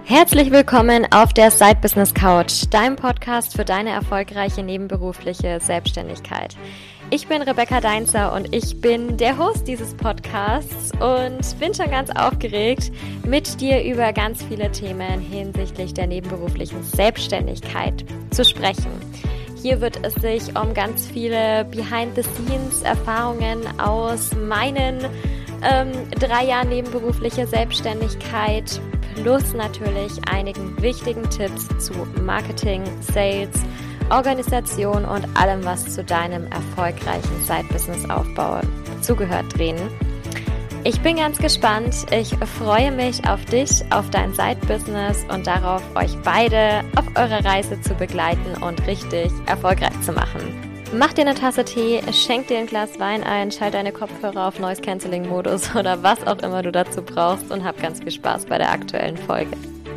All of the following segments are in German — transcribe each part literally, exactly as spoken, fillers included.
Herzlich willkommen auf der Side Business Couch, deinem Podcast für deine erfolgreiche nebenberufliche Selbstständigkeit. Ich bin Rebecca Deinzer und ich bin der Host dieses Podcasts und bin schon ganz aufgeregt, mit dir über ganz viele Themen hinsichtlich der nebenberuflichen Selbstständigkeit zu sprechen. Hier wird es sich um ganz viele Behind-the-Scenes-Erfahrungen aus meinen ähm, drei Jahren nebenberuflicher Selbstständigkeit plus natürlich einigen wichtigen Tipps zu Marketing, Sales, Organisation und allem, was zu deinem erfolgreichen Side-Business-Aufbau zugehört, drehen. Ich bin ganz gespannt. Ich freue mich auf dich, auf dein Side-Business und darauf, euch beide auf eurer Reise zu begleiten und richtig erfolgreich zu machen. Mach dir eine Tasse Tee, schenk dir ein Glas Wein ein, schalt deine Kopfhörer auf Noise-Canceling-Modus oder was auch immer du dazu brauchst und hab ganz viel Spaß bei der aktuellen Folge.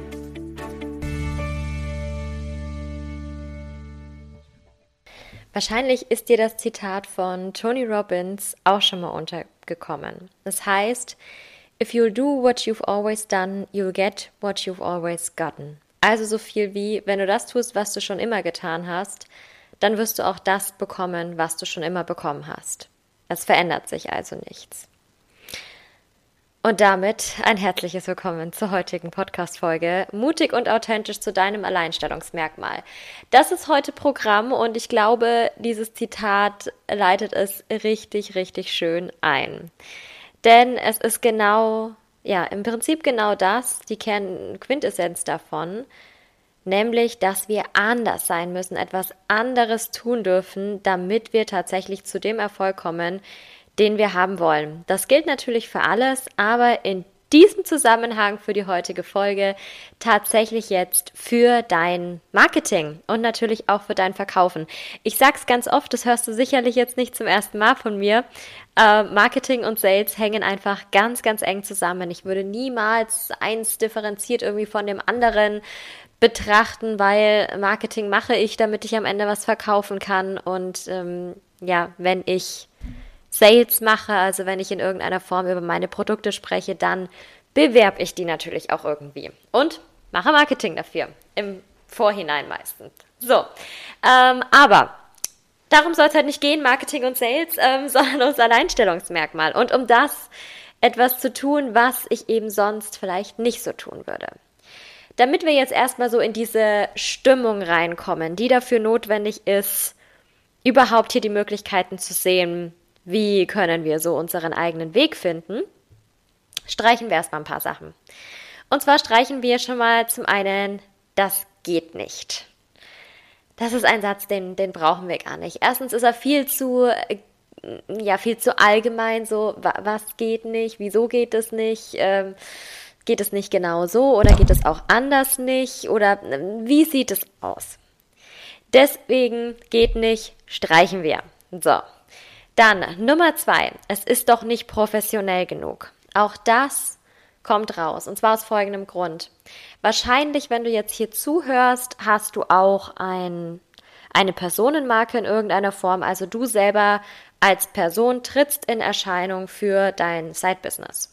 Wahrscheinlich ist dir das Zitat von Tony Robbins auch schon mal untergekommen. Das heißt, if you'll do what you've always done, you'll get what you've always gotten. Also so viel wie, wenn du das tust, was du schon immer getan hast, dann wirst du auch das bekommen, was du schon immer bekommen hast. Es verändert sich also nichts. Und damit ein herzliches Willkommen zur heutigen Podcast-Folge. Mutig und authentisch zu deinem Alleinstellungsmerkmal. Das ist heute Programm und ich glaube, dieses Zitat leitet es richtig, richtig schön ein. Denn es ist genau, ja, im Prinzip genau das, die Kernquintessenz davon, nämlich, dass wir anders sein müssen, etwas anderes tun dürfen, damit wir tatsächlich zu dem Erfolg kommen, den wir haben wollen. Das gilt natürlich für alles, aber in diesem Zusammenhang für die heutige Folge tatsächlich jetzt für dein Marketing und natürlich auch für dein Verkaufen. Ich sag's ganz oft, das hörst du sicherlich jetzt nicht zum ersten Mal von mir. Äh, Marketing und Sales hängen einfach ganz, ganz eng zusammen. Ich würde niemals eins differenziert irgendwie von dem anderen betrachten, weil Marketing mache ich, damit ich am Ende was verkaufen kann. Und ähm, ja, wenn ich Sales mache, also wenn ich in irgendeiner Form über meine Produkte spreche, dann bewerbe ich die natürlich auch irgendwie und mache Marketing dafür, im Vorhinein meistens. So, ähm, aber darum soll es halt nicht gehen, Marketing und Sales, ähm, sondern ums Alleinstellungsmerkmal und um das etwas zu tun, was ich eben sonst vielleicht nicht so tun würde. Damit wir jetzt erstmal so in diese Stimmung reinkommen, die dafür notwendig ist, überhaupt hier die Möglichkeiten zu sehen, wie können wir so unseren eigenen Weg finden, streichen wir erstmal ein paar Sachen. Und zwar streichen wir schon mal zum einen, das geht nicht. Das ist ein Satz, den, den brauchen wir gar nicht. Erstens ist er viel zu, ja, viel zu allgemein, so, was geht nicht, wieso geht es nicht, ähm, geht es nicht genau so oder geht es auch anders nicht oder wie sieht es aus? Deswegen geht nicht, streichen wir. So. Dann Nummer zwei, es ist doch nicht professionell genug. Auch das kommt raus und zwar aus folgendem Grund. Wahrscheinlich, wenn du jetzt hier zuhörst, hast du auch ein, eine Personenmarke in irgendeiner Form, also du selber als Person trittst in Erscheinung für dein Side-Business.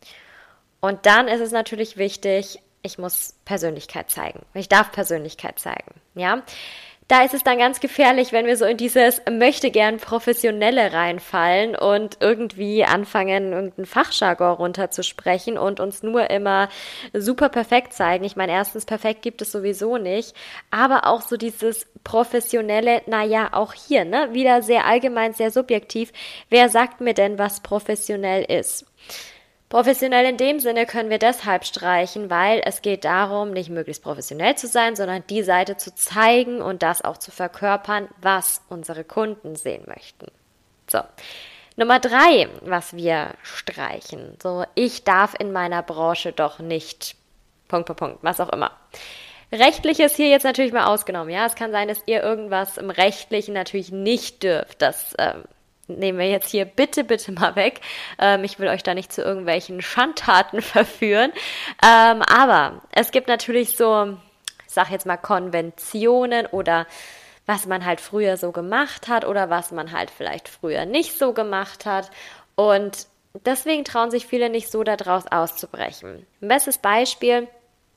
Und dann ist es natürlich wichtig, ich muss Persönlichkeit zeigen. Ich darf Persönlichkeit zeigen, ja. Da ist es dann ganz gefährlich, wenn wir so in dieses möchte gern Professionelle reinfallen und irgendwie anfangen, irgendeinen Fachjargon runterzusprechen und uns nur immer super perfekt zeigen. Ich meine, erstens, perfekt gibt es sowieso nicht, aber auch so dieses Professionelle, naja, auch hier, ne, wieder sehr allgemein, sehr subjektiv. Wer sagt mir denn, was professionell ist? Professionell in dem Sinne können wir deshalb streichen, weil es geht darum, nicht möglichst professionell zu sein, sondern die Seite zu zeigen und das auch zu verkörpern, was unsere Kunden sehen möchten. So, Nummer drei, was wir streichen. So, ich darf in meiner Branche doch nicht, Punkt, Punkt, Punkt, was auch immer. Rechtliches hier jetzt natürlich mal ausgenommen, ja. Es kann sein, dass ihr irgendwas im Rechtlichen natürlich nicht dürft, das ähm, nehmen wir jetzt hier bitte, bitte mal weg. Ähm, ich will euch da nicht zu irgendwelchen Schandtaten verführen. Ähm, aber es gibt natürlich so, ich sag jetzt mal Konventionen oder was man halt früher so gemacht hat oder was man halt vielleicht früher nicht so gemacht hat. Und deswegen trauen sich viele nicht so, daraus auszubrechen. Ein bestes Beispiel,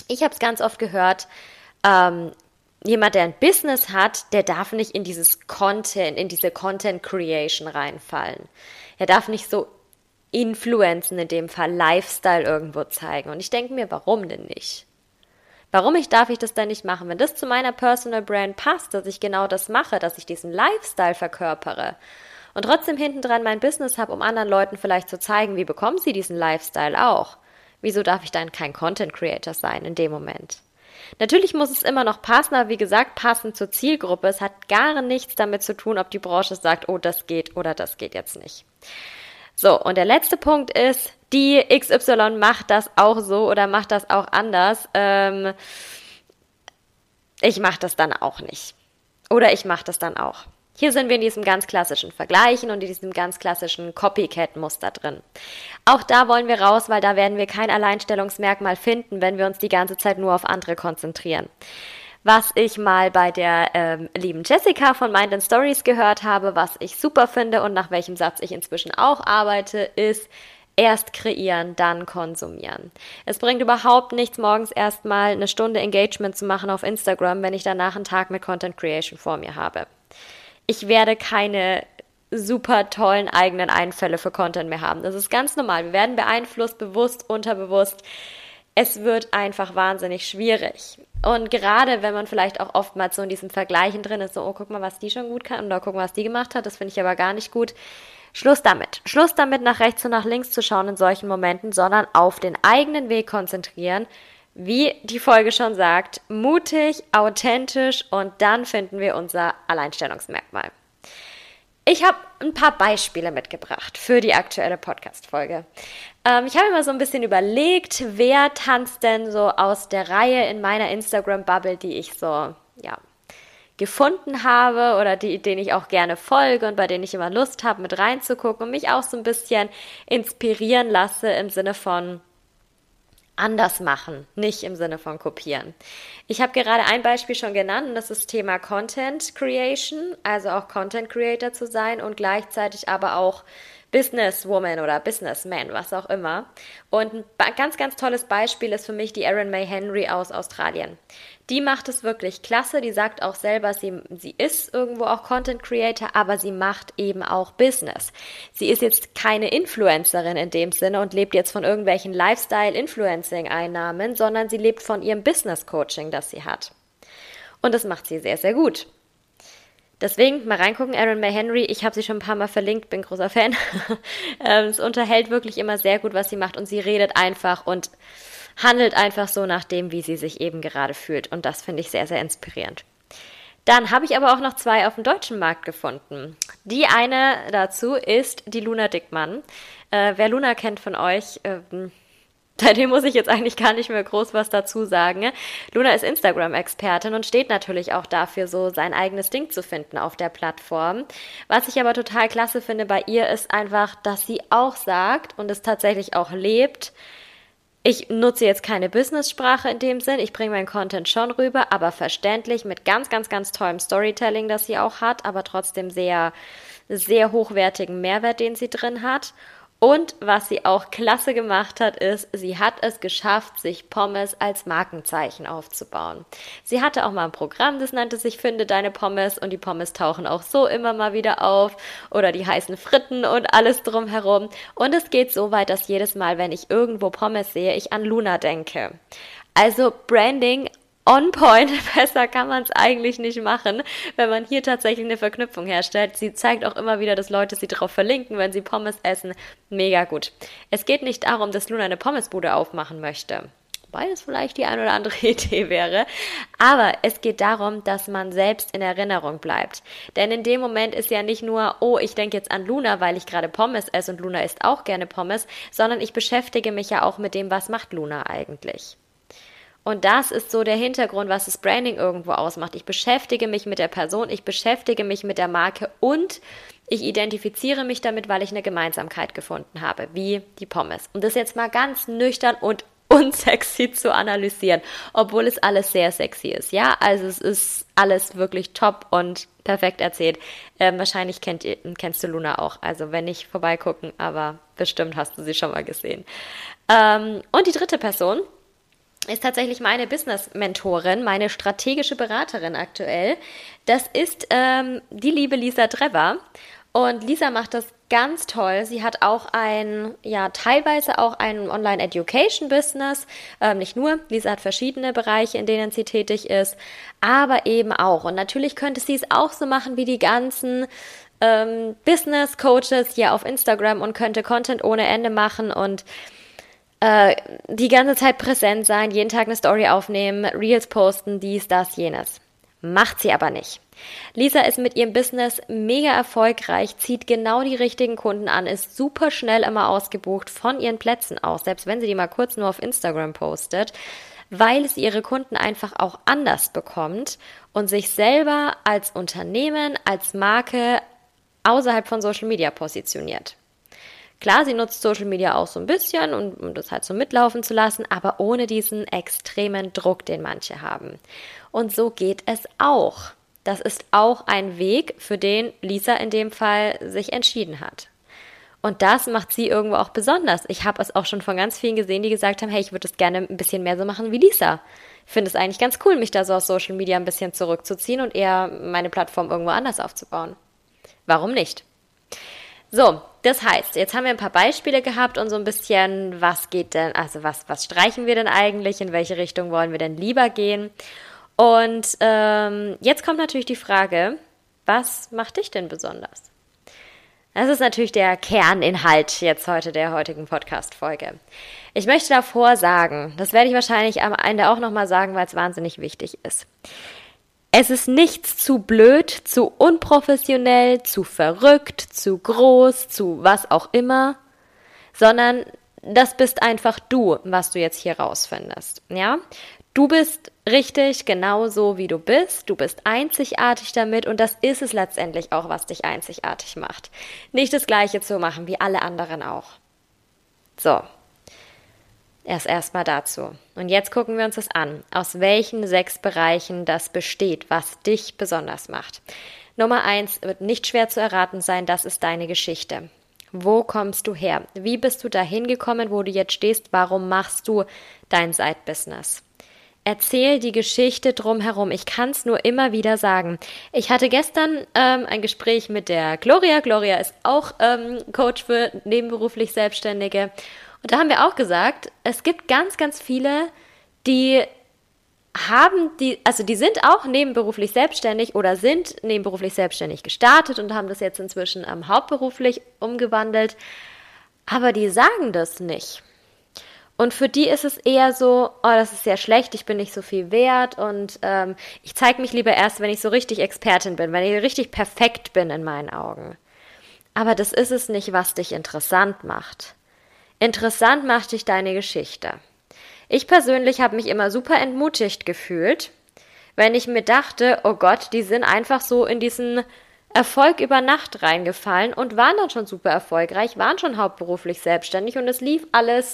Ich habe es ganz oft gehört, ähm, jemand, der ein Business hat, der darf nicht in dieses Content, in diese Content Creation reinfallen. Er darf nicht so Influenzen, in dem Fall Lifestyle irgendwo zeigen. Und ich denke mir, warum denn nicht? Warum ich darf ich das denn nicht machen? Wenn das zu meiner Personal Brand passt, dass ich genau das mache, dass ich diesen Lifestyle verkörpere und trotzdem hintendran mein Business habe, um anderen Leuten vielleicht zu zeigen, wie bekommen sie diesen Lifestyle auch? Wieso darf ich dann kein Content Creator sein in dem Moment? Natürlich muss es immer noch passen, aber wie gesagt, passend zur Zielgruppe. Es hat gar nichts damit zu tun, ob die Branche sagt, oh, das geht oder das geht jetzt nicht. So, und der letzte Punkt ist, die X Y macht das auch so oder macht das auch anders. Ähm, ich mache das dann auch nicht. Oder ich mache das dann auch. Hier sind wir in diesem ganz klassischen Vergleichen und in diesem ganz klassischen Copycat-Muster drin. Auch da wollen wir raus, weil da werden wir kein Alleinstellungsmerkmal finden, wenn wir uns die ganze Zeit nur auf andere konzentrieren. Was ich mal bei der ähm, lieben Jessica von Mind and Stories gehört habe, was ich super finde und nach welchem Satz ich inzwischen auch arbeite, ist erst kreieren, dann konsumieren. Es bringt überhaupt nichts, morgens erstmal eine Stunde Engagement zu machen auf Instagram, wenn ich danach einen Tag mit Content Creation vor mir habe. Ich werde keine super tollen eigenen Einfälle für Content mehr haben. Das ist ganz normal. Wir werden beeinflusst, bewusst, unterbewusst. Es wird einfach wahnsinnig schwierig. Und gerade wenn man vielleicht auch oftmals so in diesem Vergleichen drin ist, so, oh, guck mal, was die schon gut kann oder guck mal, was die gemacht hat, das finde ich aber gar nicht gut. Schluss damit. Schluss damit, nach rechts und nach links zu schauen in solchen Momenten, sondern auf den eigenen Weg konzentrieren. Wie die Folge schon sagt, mutig, authentisch und dann finden wir unser Alleinstellungsmerkmal. Ich habe ein paar Beispiele mitgebracht für die aktuelle Podcast-Folge. Ähm, ich habe mir mal so ein bisschen überlegt, wer tanzt denn so aus der Reihe in meiner Instagram-Bubble, die ich so, ja, gefunden habe oder die, denen ich auch gerne folge und bei denen ich immer Lust habe, mit reinzugucken und mich auch so ein bisschen inspirieren lasse im Sinne von anders machen, nicht im Sinne von kopieren. Ich habe gerade ein Beispiel schon genannt und das ist das Thema Content Creation, also auch Content Creator zu sein und gleichzeitig aber auch Businesswoman oder Businessman, was auch immer. Und ein ganz, ganz tolles Beispiel ist für mich die Erin May Henry aus Australien. Die macht es wirklich klasse, die sagt auch selber, sie, sie ist irgendwo auch Content Creator, aber sie macht eben auch Business. Sie ist jetzt keine Influencerin in dem Sinne und lebt jetzt von irgendwelchen Lifestyle-Influencing-Einnahmen, sondern sie lebt von ihrem Business-Coaching, das sie hat. Und das macht sie sehr, sehr gut. Deswegen mal reingucken, Erin May Henry, ich habe sie schon ein paar Mal verlinkt, bin großer Fan. Es unterhält wirklich immer sehr gut, was sie macht und sie redet einfach und handelt einfach so nach dem, wie sie sich eben gerade fühlt und das finde ich sehr, sehr inspirierend. Dann habe ich aber auch noch zwei auf dem deutschen Markt gefunden. Die eine dazu ist die Luna Dickmann. Äh, wer Luna kennt von euch, äh, bei dem muss ich jetzt eigentlich gar nicht mehr groß was dazu sagen. Luna ist Instagram-Expertin und steht natürlich auch dafür, so sein eigenes Ding zu finden auf der Plattform. Was ich aber total klasse finde bei ihr ist einfach, dass sie auch sagt und es tatsächlich auch lebt, ich nutze jetzt keine Business-Sprache in dem Sinn, ich bringe meinen Content schon rüber, aber verständlich mit ganz, ganz, ganz tollem Storytelling, das sie auch hat, aber trotzdem sehr, sehr hochwertigen Mehrwert, den sie drin hat. Und was sie auch klasse gemacht hat, ist, sie hat es geschafft, sich Pommes als Markenzeichen aufzubauen. Sie hatte auch mal ein Programm, das nannte sich Finde deine Pommes und die Pommes tauchen auch so immer mal wieder auf oder die heißen Fritten und alles drumherum. Und es geht so weit, dass jedes Mal, wenn ich irgendwo Pommes sehe, ich an Luna denke. Also Branding on point, besser kann man es eigentlich nicht machen, wenn man hier tatsächlich eine Verknüpfung herstellt. Sie zeigt auch immer wieder, dass Leute sie drauf verlinken, wenn sie Pommes essen. Mega gut. Es geht nicht darum, dass Luna eine Pommesbude aufmachen möchte, wobei es vielleicht die eine oder andere Idee wäre, aber es geht darum, dass man selbst in Erinnerung bleibt. Denn in dem Moment ist ja nicht nur, oh, ich denke jetzt an Luna, weil ich gerade Pommes esse und Luna isst auch gerne Pommes, sondern ich beschäftige mich ja auch mit dem, was macht Luna eigentlich. Und das ist so der Hintergrund, was das Branding irgendwo ausmacht. Ich beschäftige mich mit der Person, ich beschäftige mich mit der Marke und ich identifiziere mich damit, weil ich eine Gemeinsamkeit gefunden habe, wie die Pommes. Um das jetzt mal ganz nüchtern und unsexy zu analysieren, obwohl es alles sehr sexy ist. Ja, also es ist alles wirklich top und perfekt erzählt. Ähm, wahrscheinlich kennt ihr, kennst du Luna auch, also wenn nicht, vorbeigucken, aber bestimmt hast du sie schon mal gesehen. Ähm, und die dritte Person ist tatsächlich meine Business-Mentorin, meine strategische Beraterin aktuell. Das ist ähm, die liebe Lisa Drever. Und Lisa macht das ganz toll. Sie hat auch ein, ja, teilweise auch ein Online-Education-Business. Ähm, nicht nur. Lisa hat verschiedene Bereiche, in denen sie tätig ist. Aber eben auch. Und natürlich könnte sie es auch so machen wie die ganzen ähm, Business-Coaches hier auf Instagram und könnte Content ohne Ende machen und äh, die ganze Zeit präsent sein, jeden Tag eine Story aufnehmen, Reels posten, dies, das, jenes. Macht sie aber nicht. Lisa ist mit ihrem Business mega erfolgreich, zieht genau die richtigen Kunden an, ist super schnell immer ausgebucht von ihren Plätzen aus, selbst wenn sie die mal kurz nur auf Instagram postet, weil sie ihre Kunden einfach auch anders bekommt und sich selber als Unternehmen, als Marke außerhalb von Social Media positioniert. Klar, sie nutzt Social Media auch so ein bisschen, um, um das halt so mitlaufen zu lassen, aber ohne diesen extremen Druck, den manche haben. Und so geht es auch. Das ist auch ein Weg, für den Lisa in dem Fall sich entschieden hat. Und das macht sie irgendwo auch besonders. Ich habe es auch schon von ganz vielen gesehen, die gesagt haben, hey, ich würde es gerne ein bisschen mehr so machen wie Lisa. Ich finde es eigentlich ganz cool, mich da so aus Social Media ein bisschen zurückzuziehen und eher meine Plattform irgendwo anders aufzubauen. Warum nicht? So, das heißt, jetzt haben wir ein paar Beispiele gehabt und so ein bisschen, was geht denn, also was, was streichen wir denn eigentlich, in welche Richtung wollen wir denn lieber gehen? Und ähm, jetzt kommt natürlich die Frage, was macht dich denn besonders? Das ist natürlich der Kerninhalt jetzt heute der heutigen Podcast-Folge. Ich möchte davor sagen, das werde ich wahrscheinlich am Ende auch nochmal sagen, weil es wahnsinnig wichtig ist. Es ist nichts zu blöd, zu unprofessionell, zu verrückt, zu groß, zu was auch immer, sondern das bist einfach du, was du jetzt hier rausfindest, ja? Du bist richtig genauso, wie du bist, du bist einzigartig damit und das ist es letztendlich auch, was dich einzigartig macht. Nicht das Gleiche zu machen wie alle anderen auch. So. Erst erstmal dazu. Und jetzt gucken wir uns das an, aus welchen sechs Bereichen das besteht, was dich besonders macht. Nummer eins wird nicht schwer zu erraten sein, das ist deine Geschichte. Wo kommst du her? Wie bist du dahin gekommen, wo du jetzt stehst? Warum machst du dein Side-Business? Erzähl die Geschichte drumherum. Ich kann es nur immer wieder sagen. Ich hatte gestern ähm, ein Gespräch mit der Gloria. Gloria ist auch ähm, Coach für nebenberuflich Selbstständige. Und da haben wir auch gesagt, es gibt ganz, ganz viele, die haben die, also die sind auch nebenberuflich selbstständig oder sind nebenberuflich selbstständig gestartet und haben das jetzt inzwischen ähm, hauptberuflich umgewandelt, aber die sagen das nicht. Und für die ist es eher so, oh, das ist sehr schlecht, ich bin nicht so viel wert und ähm, ich zeige mich lieber erst, wenn ich so richtig Expertin bin, wenn ich richtig perfekt bin in meinen Augen. Aber das ist es nicht, was dich interessant macht. Interessant macht dich deine Geschichte. Ich persönlich habe mich immer super entmutigt gefühlt, wenn ich mir dachte, oh Gott, die sind einfach so in diesen Erfolg über Nacht reingefallen und waren dann schon super erfolgreich, waren schon hauptberuflich selbstständig und es lief alles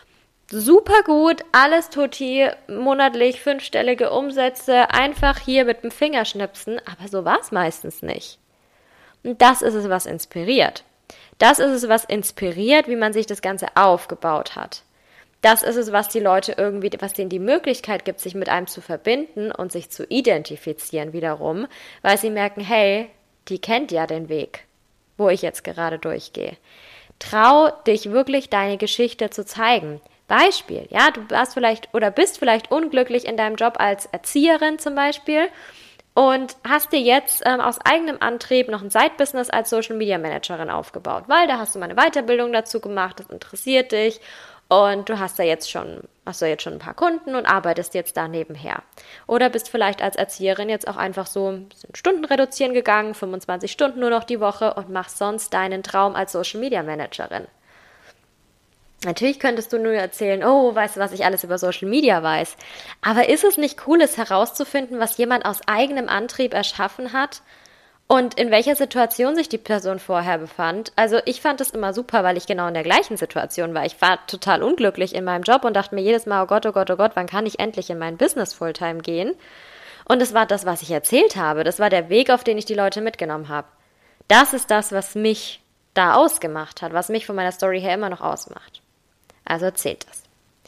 super gut, alles tutti, monatlich fünfstellige Umsätze, einfach hier mit dem Fingerschnipsen, aber so war es meistens nicht. Und das ist es, was inspiriert. Das ist es, was inspiriert, wie man sich das Ganze aufgebaut hat. Das ist es, was die Leute irgendwie, was denen die Möglichkeit gibt, sich mit einem zu verbinden und sich zu identifizieren wiederum, weil sie merken, hey, die kennt ja den Weg, wo ich jetzt gerade durchgehe. Trau dich wirklich, deine Geschichte zu zeigen. Beispiel, ja, du warst vielleicht oder bist vielleicht unglücklich in deinem Job als Erzieherin zum Beispiel und hast dir jetzt ähm, aus eigenem Antrieb noch ein Side-Business als Social-Media-Managerin aufgebaut, weil da hast du mal eine Weiterbildung dazu gemacht, das interessiert dich und du hast da jetzt schon, hast da jetzt schon ein paar Kunden und arbeitest jetzt da nebenher. Oder bist vielleicht als Erzieherin jetzt auch einfach so ein bisschen Stunden reduzieren gegangen, fünfundzwanzig Stunden nur noch die Woche und machst sonst deinen Traum als Social-Media-Managerin. Natürlich könntest du nur erzählen, oh, weißt du, was ich alles über Social Media weiß. Aber ist es nicht cool, es herauszufinden, was jemand aus eigenem Antrieb erschaffen hat und in welcher Situation sich die Person vorher befand? Also ich fand es immer super, weil ich genau in der gleichen Situation war. Ich war total unglücklich in meinem Job und dachte mir jedes Mal, oh Gott, oh Gott, oh Gott, wann kann ich endlich in mein Business Fulltime gehen? Und es war das, was ich erzählt habe. Das war der Weg, auf den ich die Leute mitgenommen habe. Das ist das, was mich da ausgemacht hat, was mich von meiner Story her immer noch ausmacht. Also zählt das.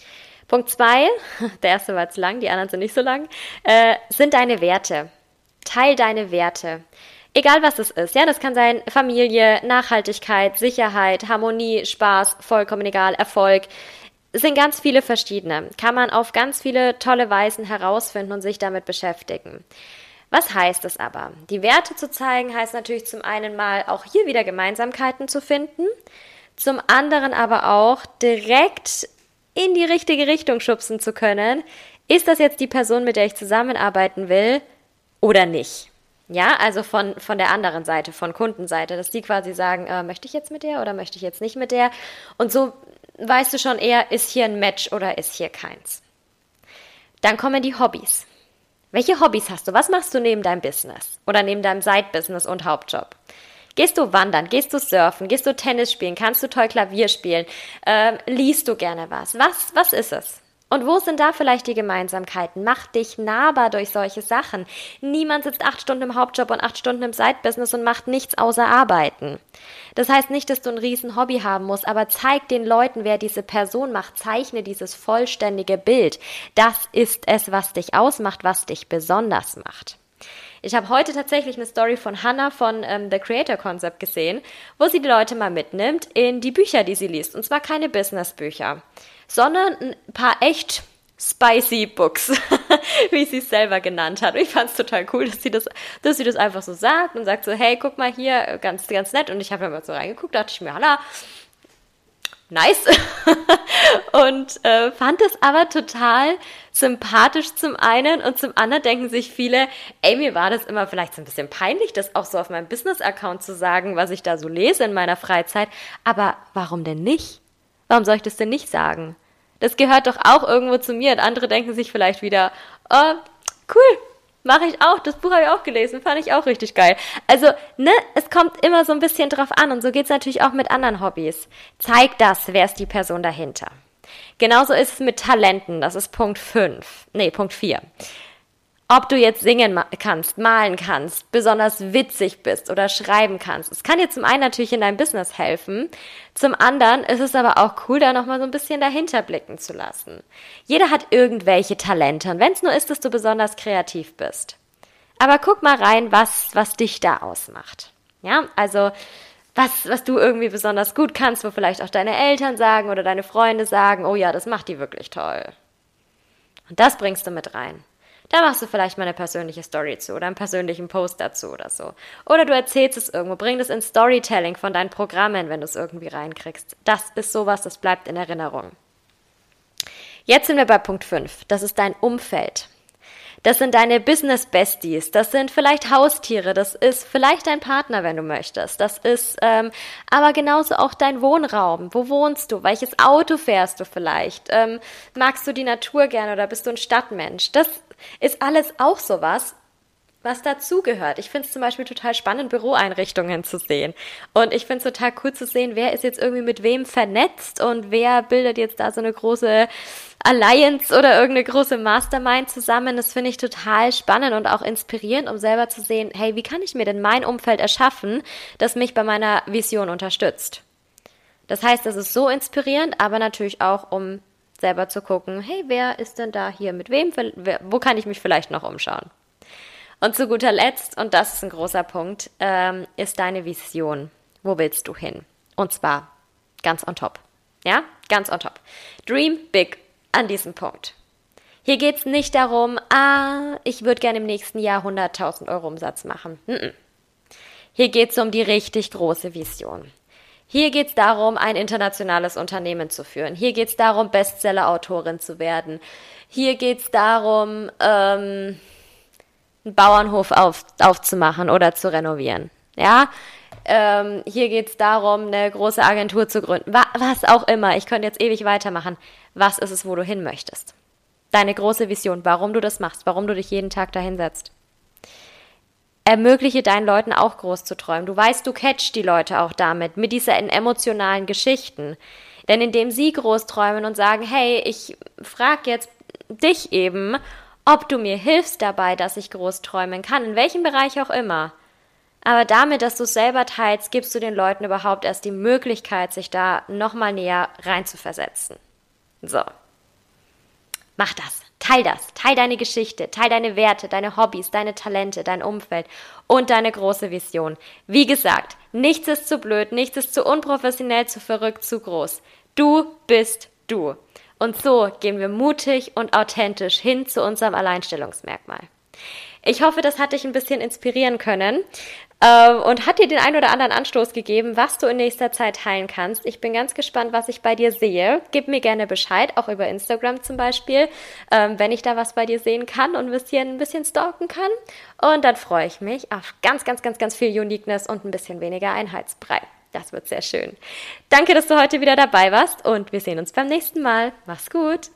Punkt zwei, der erste war jetzt lang, die anderen sind nicht so lang, äh, sind deine Werte. Teil deine Werte. Egal was es ist, ja, das kann sein Familie, Nachhaltigkeit, Sicherheit, Harmonie, Spaß, vollkommen egal, Erfolg. Es sind ganz viele verschiedene. Kann man auf ganz viele tolle Weisen herausfinden und sich damit beschäftigen. Was heißt es aber? Die Werte zu zeigen heißt natürlich zum einen mal auch hier wieder Gemeinsamkeiten zu finden, zum anderen aber auch direkt in die richtige Richtung schubsen zu können. Ist das jetzt die Person, mit der ich zusammenarbeiten will oder nicht? Ja, also von, von der anderen Seite, von Kundenseite, dass die quasi sagen, äh, möchte ich jetzt mit der oder möchte ich jetzt nicht mit der? Und so weißt du schon eher, ist hier ein Match oder ist hier keins. Dann kommen die Hobbys. Welche Hobbys hast du? Was machst du neben deinem Business oder neben deinem Side-Business und Hauptjob? Gehst du wandern? Gehst du surfen? Gehst du Tennis spielen? Kannst du toll Klavier spielen? Ähm, liest du gerne was? Was, was ist es? Und wo sind da vielleicht die Gemeinsamkeiten? Mach dich nahbar durch solche Sachen. Niemand sitzt acht Stunden im Hauptjob und acht Stunden im Side-Business und macht nichts außer arbeiten. Das heißt nicht, dass du ein riesen Hobby haben musst, aber zeig den Leuten, wer diese Person macht. Zeichne dieses vollständige Bild. Das ist es, was dich ausmacht, was dich besonders macht. Ich habe heute tatsächlich eine Story von Hannah von ähm, The Creator Concept gesehen, wo sie die Leute mal mitnimmt in die Bücher, die sie liest. Und zwar keine Business-Bücher, sondern ein paar echt spicy Books, wie sie es selber genannt hat. Und ich fand es total cool, dass sie das, dass sie das einfach so sagt und sagt so, hey, guck mal hier, ganz, ganz nett. Und ich habe da mal so reingeguckt, dachte ich mir, Hannah, nice. Und äh, fand es aber total sympathisch zum einen und zum anderen denken sich viele, ey, mir war das immer vielleicht so ein bisschen peinlich, das auch so auf meinem Business-Account zu sagen, was ich da so lese in meiner Freizeit. Aber warum denn nicht? Warum soll ich das denn nicht sagen? Das gehört doch auch irgendwo zu mir. Und andere denken sich vielleicht wieder, oh, cool, mache ich auch. Das Buch habe ich auch gelesen, fand ich auch richtig geil. Also, ne, es kommt immer so ein bisschen drauf an. Und so geht's natürlich auch mit anderen Hobbys. Zeig das, wer ist die Person dahinter. Genauso ist es mit Talenten. Das ist Punkt fünf. Nee, Punkt vier. Ob du jetzt singen kannst, malen kannst, besonders witzig bist oder schreiben kannst. Es kann dir zum einen natürlich in deinem Business helfen, zum anderen ist es aber auch cool, da nochmal so ein bisschen dahinter blicken zu lassen. Jeder hat irgendwelche Talente und wenn es nur ist, dass du besonders kreativ bist. Aber guck mal rein, was, was dich da ausmacht. Ja, also was, was du irgendwie besonders gut kannst, wo vielleicht auch deine Eltern sagen oder deine Freunde sagen, oh ja, das macht die wirklich toll. Und das bringst du mit rein. Da machst du vielleicht mal eine persönliche Story zu oder einen persönlichen Post dazu oder so. Oder du erzählst es irgendwo, bring das ins Storytelling von deinen Programmen, wenn du es irgendwie reinkriegst. Das ist sowas, das bleibt in Erinnerung. Jetzt sind wir bei Punkt fünf. Das ist dein Umfeld. Das sind deine Business-Besties, das sind vielleicht Haustiere, das ist vielleicht dein Partner, wenn du möchtest. Das ist ähm, aber genauso auch dein Wohnraum. Wo wohnst du? Welches Auto fährst du vielleicht? Ähm, magst du die Natur gerne oder bist du ein Stadtmensch? Das ist alles auch sowas, was dazugehört. Ich finde es zum Beispiel total spannend, Büroeinrichtungen zu sehen. Und ich finde es total cool zu sehen, wer ist jetzt irgendwie mit wem vernetzt und wer bildet jetzt da so eine große Alliance oder irgendeine große Mastermind zusammen. Das finde ich total spannend und auch inspirierend, um selber zu sehen, hey, wie kann ich mir denn mein Umfeld erschaffen, das mich bei meiner Vision unterstützt? Das heißt, das ist so inspirierend, aber natürlich auch, um selber zu gucken, hey, wer ist denn da hier mit wem? Wo kann ich mich vielleicht noch umschauen? Und zu guter Letzt, und das ist ein großer Punkt, ähm, ist deine Vision. Wo willst du hin? Und zwar ganz on top. Ja, ganz on top. Dream big an diesem Punkt. Hier geht es nicht darum, ah, ich würde gerne im nächsten Jahr hunderttausend Euro Umsatz machen. Mm-mm. Hier geht es um die richtig große Vision. Hier geht es darum, ein internationales Unternehmen zu führen. Hier geht es darum, Bestseller-Autorin zu werden. Hier geht es darum, ähm, einen Bauernhof auf, aufzumachen oder zu renovieren. Ja, ähm, hier geht es darum, eine große Agentur zu gründen. Wa- was auch immer. Ich könnte jetzt ewig weitermachen. Was ist es, wo du hin möchtest? Deine große Vision, warum du das machst, warum du dich jeden Tag dahin setzt. Ermögliche deinen Leuten auch groß zu träumen. Du weißt, du catchst die Leute auch damit, mit diesen emotionalen Geschichten. Denn indem sie groß träumen und sagen, hey, ich frage jetzt dich eben, ob du mir hilfst dabei, dass ich groß träumen kann, in welchem Bereich auch immer. Aber damit, dass du es selber teilst, gibst du den Leuten überhaupt erst die Möglichkeit, sich da nochmal näher reinzuversetzen. So. Mach das, teil das, teil deine Geschichte, teil deine Werte, deine Hobbys, deine Talente, dein Umfeld und deine große Vision. Wie gesagt, nichts ist zu blöd, nichts ist zu unprofessionell, zu verrückt, zu groß. Du bist du. Und so gehen wir mutig und authentisch hin zu unserem Alleinstellungsmerkmal. Ich hoffe, das hat dich ein bisschen inspirieren können äh, und hat dir den ein oder anderen Anstoß gegeben, was du in nächster Zeit teilen kannst. Ich bin ganz gespannt, was ich bei dir sehe. Gib mir gerne Bescheid, auch über Instagram zum Beispiel, ähm, wenn ich da was bei dir sehen kann und ein bisschen, ein bisschen stalken kann. Und dann freue ich mich auf ganz, ganz, ganz, ganz viel Uniqueness und ein bisschen weniger Einheitsbrei. Das wird sehr schön. Danke, dass du heute wieder dabei warst und wir sehen uns beim nächsten Mal. Mach's gut!